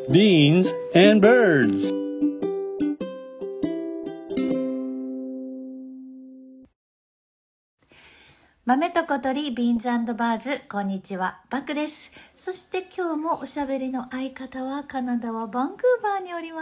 Beans and birds. 豆と小鳥ビーンズ&バーズ、こんにちは、バクです。そして今日もおしゃべりの相方はカナダはバンクーバーにおります。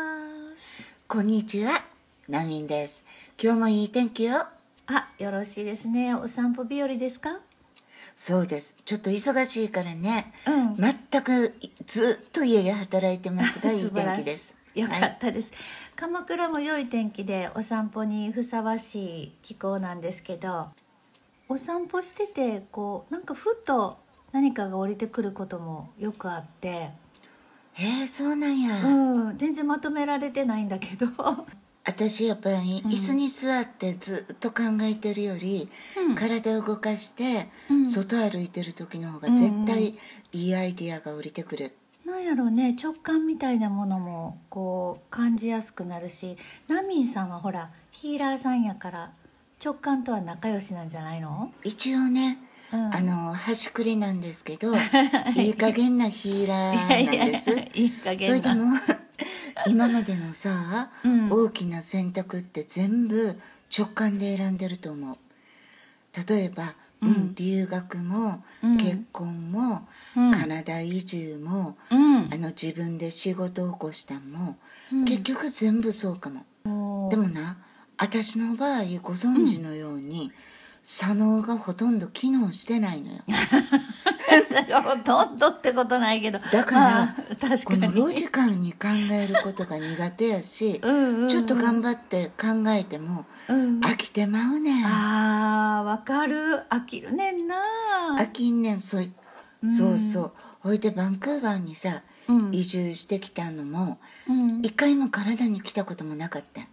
こんにちは、ナミンです。今日もいい天気よ。 あ、よろしいですね。お散歩日和ですか？ そうです。ちょっと忙しいからね、 うん全くずっと家で働いてますがいい天気です。 よかったです、はい、鎌倉も良い天気でお散歩にふさわしい気候なんですけど、お散歩しててなんかふっと何かが降りてくることもよくあって、 そうなんや。 全然まとめられてないんだけど私やっぱり椅子に座ってずっと考えてるより、体を動かして、外歩いてる時の方が絶対いいアイディアが降りてくる。 なんやろうね、直感みたいなものも感じやすくなるし、ナミンさんはほらヒーラーさんやから直感とは仲良しなんじゃないの？ 一応ね、端くれなんですけどいい加減なヒーラーなんです。 いい加減な。 それでも今までのさ、大きな選択って全部直感で選んでると思う。例えば、留学も、結婚も、カナダ移住も、自分で仕事を起こしたんも、結局全部そうかも。でもな、私の場合ご存知のように、左脳がほとんど機能してないのよほとんどってことないけど、 だから、 確かにこのロジカルに考えることが苦手やし、ちょっと頑張って考えても、飽きてまうねん。 わかる、飽きるねんな。 飽きんねん。そうそう。ほいでバンクーバーにさ、移住してきたのも、一回も体に来たこともなかったん。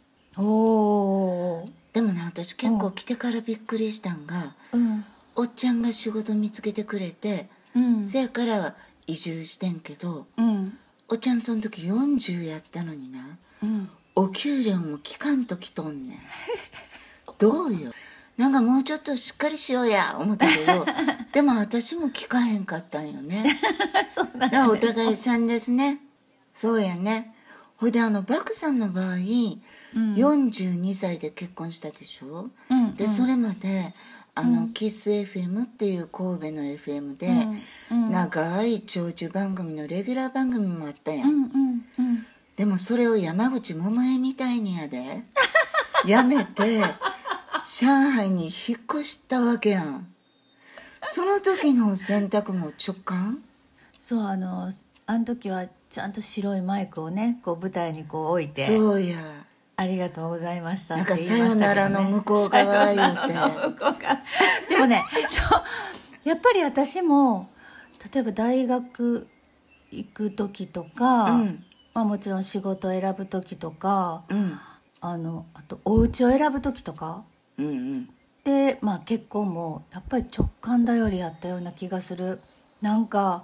でもね、私結構来てからびっくりしたんが、おっちゃんが仕事見つけてくれて、せやから移住してんけど、おっちゃんその時40やったのにな、お給料も聞かんときとんねんどうよ、なんかもうちょっとしっかりしようや思ったけどでも私も聞かへんかったんよねそうなんだからお互いさんですね。そうやね。ほいでバクさんの場合、42歳で結婚したでしょ、でそれまでキス FM っていう神戸の FM で、長い長寿番組のレギュラー番組もあったやん、でもそれを山口百恵みたいにやでやめて上海に引っ越したわけやん。その時の選択も直感？ そう、あの時はちゃんと白いマイクをね舞台に置いて、 そうや、 ありがとうございましたっなんかて言いましたけどね。 さよならの向こう側言うて、 でもねそうやっぱり私も例えば大学行く時とか、もちろん仕事を選ぶ時とか、あとお家を選ぶ時とか、で、結婚もやっぱり直感頼りやったような気がする。なんか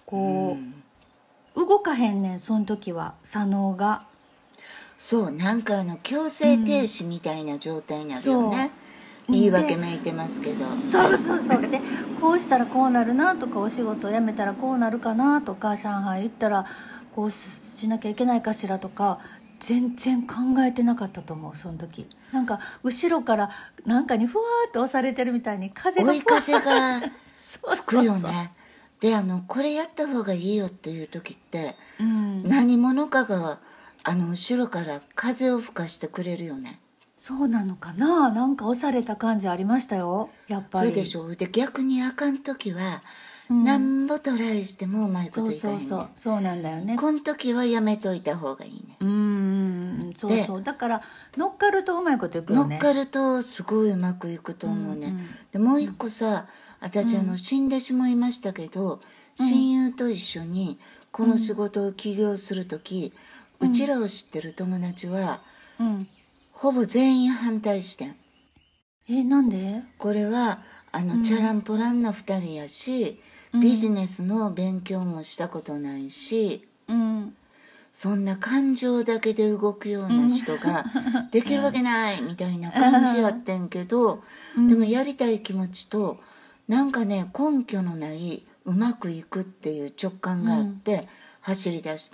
動かへんねん、その時は左脳が。 そう、なんか強制停止みたいな状態になるよね、言い訳めいてますけど、 そうで、こうしたらこうなるなとか、お仕事を辞めたらこうなるかなとか、上海行ったらこうしなきゃいけないかしらとか、全然考えてなかったと思う。その時なんか後ろからなんかにふわーって押されてるみたいに追い風が吹くよね。でこれやった方がいいよっていう時って、何者かが後ろから風を吹かしてくれるよね。 そうなのかな、なんか押された感じありましたよ、やっぱり。 そうでしょ。で逆にあかん時は、なんぼトライしてもうまいこといかへんねん。 そうなんだよね。 この時はやめといた方がいいね。 そうだから乗っかるとうまいこといくよね。 乗っかるとすごいうまくいくと思うね、でもう一個さ、私死んでしまいましたけど、親友と一緒にこの仕事を起業する時、うちらを知ってる友達は、ほぼ全員反対してん。 なんで？ これはチャランポランな2人やし、ビジネスの勉強もしたことないし、そんな感情だけで動くような人ができるわけないみたいな感じやってんけど、でもやりたい気持ちとなんかね、根拠のないうまくいくっていう直感があって走り出してん。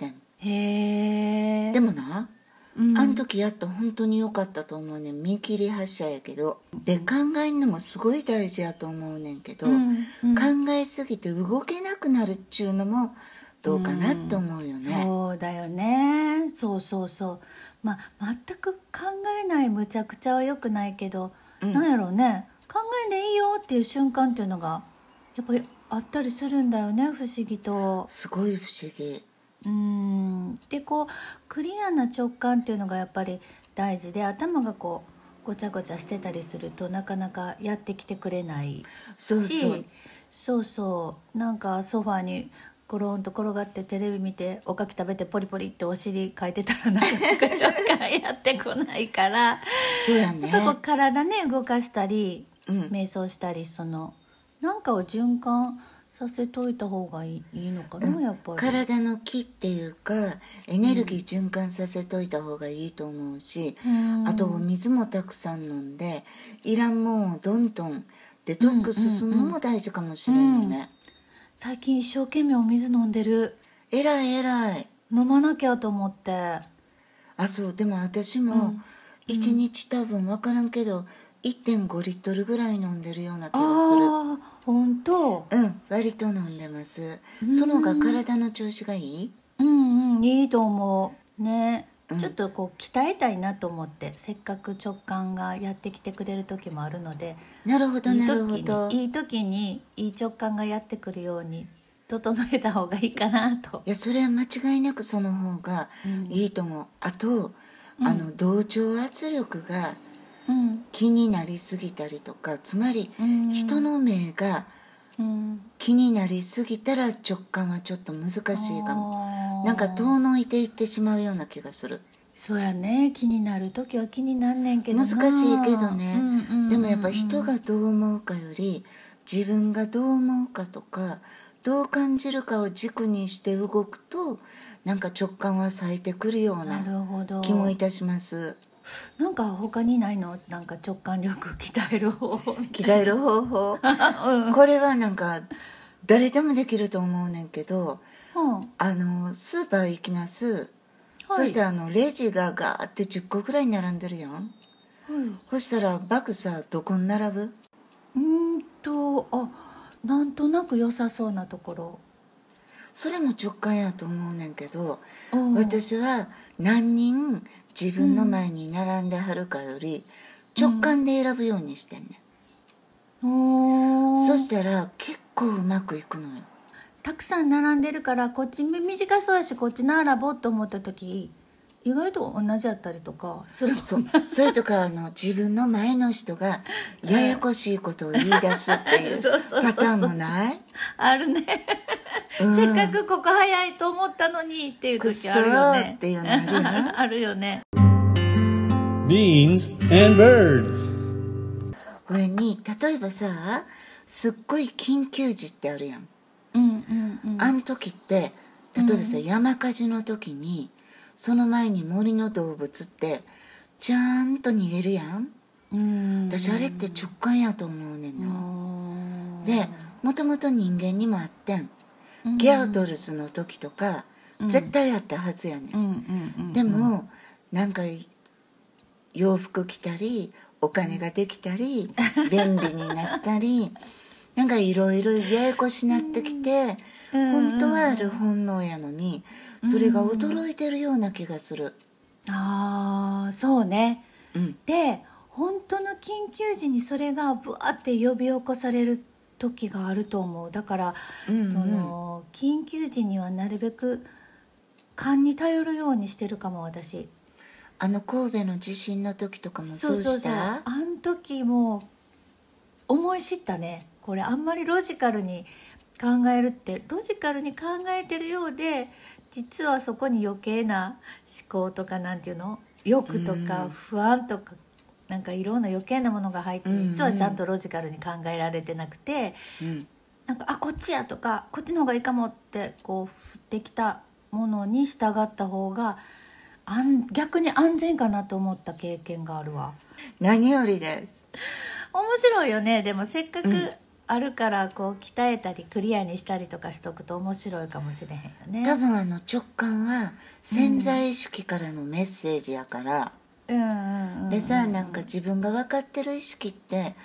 へえ。 でもな、あの時やっと本当に良かったと思うねん。見切り発車やけど。で、考えるのもすごい大事やと思うねんけど、考えすぎて動けなくなるっちゅうのもどうかなって思うよね。 そうだよね。そうそうそう。まあ全く考えないむちゃくちゃは良くないけど、なんやろうね、考えんでいいよっていう瞬間っていうのがやっぱりあったりするんだよね、不思議と。 すごい不思議。 でこうクリアな直感っていうのがやっぱり大事で、頭がこうごちゃごちゃしてたりするとなかなかやってきてくれないし、そうそうなんかソファーにコロンと転がってテレビ見ておかき食べてポリポリってお尻かいてたらなかなか直感やってこないからそうやね。 やっぱこう体ね動かしたり、瞑想したり、そのなんかを循環させといた方がいいのかな、やっぱり体の気っていうかエネルギー循環させといた方がいいと思うし、あとお水もたくさん飲んでいらんもんをどんどんデトックスするのも大事かもしれんよね。 最近一生懸命お水飲んでる。 えらいえらい。 飲まなきゃと思って。 あ、そう。でも私も1日多分分からんけど1.5 リットルぐらい飲んでるような気がする。 ああ、本当。 割と飲んでます。その方が体の調子がいい？ いいと思うね。ちょっとこう鍛えたいなと思って、せっかく直感がやってきてくれる時もあるので、 なるほどなるほど。 いい時にいい直感がやってくるように整えた方がいいかなと。 いや、それは間違いなくその方がいいと思う。あと同調圧力が気になりすぎたりとか、つまり人の目が気になりすぎたら直感はちょっと難しいかも。なんか遠のいていってしまうような気がする。 そうやね、気になる時は気になんねんけどな。 難しいけどね、でもやっぱ人がどう思うかより自分がどう思うかとかどう感じるかを軸にして動くとなんか直感は咲いてくるような気もいたします。 なんか他にないの？なんか直感力鍛える方法みたいな。 鍛える方法、これはなんか誰でもできると思うねんけど、スーパー行きます、そしてレジがガーって10個ぐらい並んでるやん、そしたらバッグさどこに並ぶ？ なんとなく良さそうなところ。 それも直感やと思うねんけど、私は何人自分の前に並んではるかより直感で選ぶようにしてんねん。そしたら結構うまくいくのよ。 たくさん並んでるからこっち短そうやしこっち並ぼうと思った時意外と同じやったりとかするもん。 それとか自分の前の人がややこしいことを言い出すっていうパターンもない？ あるね、せっかくここ早いと思ったのにっていう時あるよね。 っていうのあるよね。 あるよね。 Beans and birds. これに例えばさ、すっごい緊急時ってあるやん。あの時って例えばさ、山火事の時にその前に森の動物ってちゃんと逃げるやん。私あれって直感やと思うねんな。でもともと人間にもあってん、ギャートルズの時とか絶対あったはずやねん。でもなんか洋服着たりお金ができたり便利になったりなんかいろいろややこしなってきて、本当はある本能やのにそれが衰えてるような気がする。 そうね、で本当の緊急時にそれがブワーって呼び起こされる時があると思う。だから、その緊急時にはなるべく勘に頼るようにしてるかも私。 神戸の地震の時とかもそうした？ あの時も思い知ったね。これあんまりロジカルに考えるってロジカルに考えてるようで実はそこに余計な思考とかなんていうの欲とか不安とかなんかいろんな余計なものが入って実はちゃんとロジカルに考えられてなくて、なんかこっちやとかこっちの方がいいかもってこう降ってきたものに従った方が逆に安全かなと思った経験があるわ。 何よりです。 面白いよね。でもせっかくあるからこう鍛えたりクリアにしたりとかしとくと面白いかもしれへんよね。 多分直感は潜在意識からのメッセージやから、でさ、なんか自分が分かってる意識って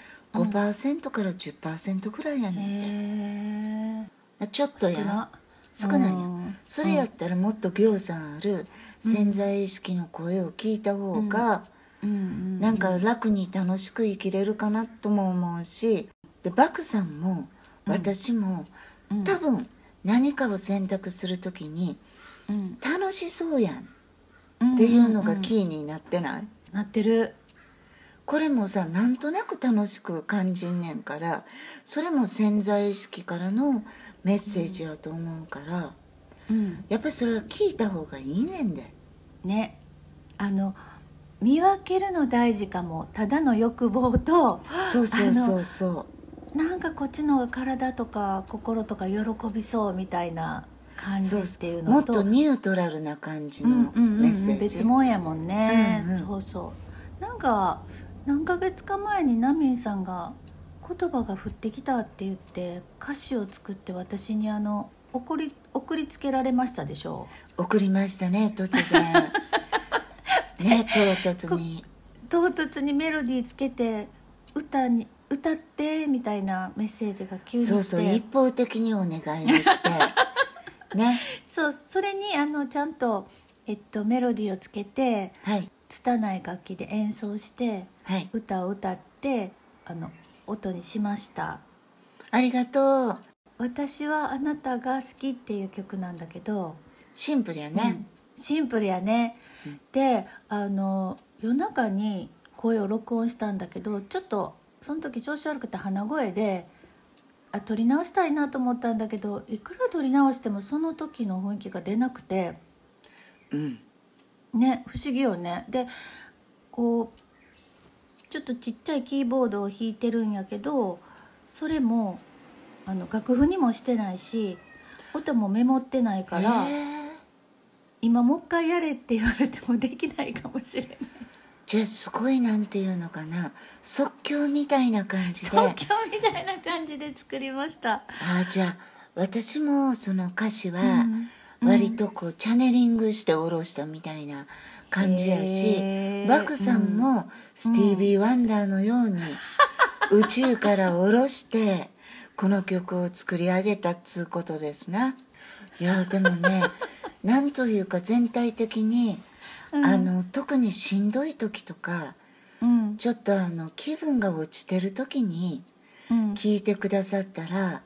5%から 10% ぐらいやねんて、ちょっとや少ないやん。それやったらもっとぎょうさんある潜在意識の声を聞いた方がなんか楽に楽しく生きれるかなとも思うし、でバクさんも私も、多分何かを選択するときに、楽しそうやんっていうのがキーになってない？ なってる。 これもさ、なんとなく楽しく感じんねんから、それも潜在意識からのメッセージやと思うから、やっぱりそれは聞いた方がいいねんでね。見分けるの大事かも。ただの欲望と、 そうなんかこっちの体とか心とか喜びそうみたいな感じっていうのと、 もっとニュートラルな感じのメッセージ、 別もんやもんね、なんか何ヶ月か前にナミンさんが言葉が降ってきたって言って歌詞を作って私に送りつけられましたでしょ。 送りましたね、突然ね、 唐突にメロディーつけて歌ってみたいなメッセージが急に来て、 そう一方的にお願いをしてね、 それにちゃんと、メロディーをつけて、拙い楽器で演奏して、歌を歌って音にしました。 ありがとう。 私はあなたが好きっていう曲なんだけど、 シンプルやね、 シンプルやね、で夜中に声を録音したんだけど、ちょっとその時調子悪くて鼻声で撮り直したいなと思ったんだけど、いくら撮り直してもその時の雰囲気が出なくて、ね、不思議よね。でこうちょっとちっちゃいキーボードを弾いてるんやけど、それも楽譜にもしてないし音もメモってないから、今もう一回やれって言われてもできないかもしれない。 じゃあすごい、なんていうのかな、即興みたいな感じで作りました。 じゃあ私もその歌詞は割とこうチャネリングして下ろしたみたいな感じやし、バクさんもスティービー・ワンダーのように宇宙から下ろしてこの曲を作り上げたっつうことですな。いやでもねなんというか全体的に特にしんどい時とか、ちょっと気分が落ちてる時に聴いてくださったら、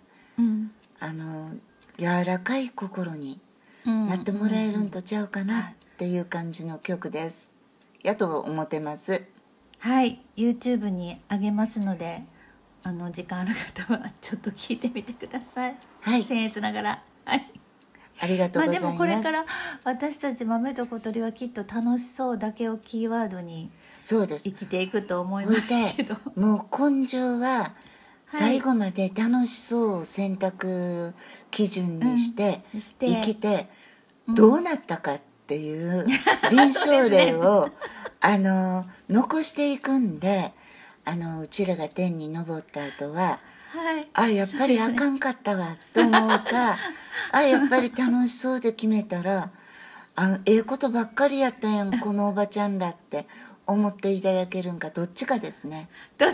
柔らかい心になってもらえるんとちゃうかなっていう感じの曲ですやと思ってます。 はい、 YouTube に上げますので時間ある方はちょっと聞いてみてください。僭越ながら。 ありがとうございます。 でもこれから私たち豆と小鳥はきっと楽しそうだけをキーワードに生きていくと思いますけど、 もう根性は最後まで楽しそうを選択基準にして生きて、どうなったかっていう臨床例を残していくんで、うちらが天に昇った後は、やっぱりあかんかったわと思うかやっぱり楽しそうで決めたらことばっかりやったやんこのおばちゃんらって思っていただけるんか、どっちかですね。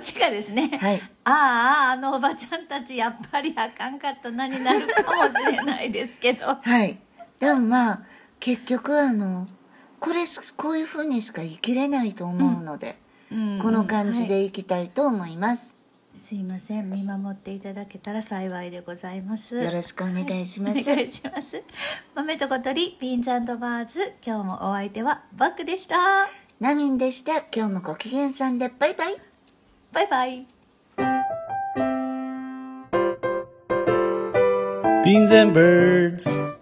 あのおばちゃんたちやっぱりあかんかったなになるかもしれないですけどでもまあ結局こういうふうにしか生きれないと思うので、この感じで生きたいと思います。 すいません、見守っていただけたら幸いでございます。 よろしくお願いします。 お願いします。豆と小鳥ビーンズ&バーズ、今日もお相手はバックでした。 ナミンでした。今日もご機嫌さんでバイバイ。 バイバイ。 Beans and birds.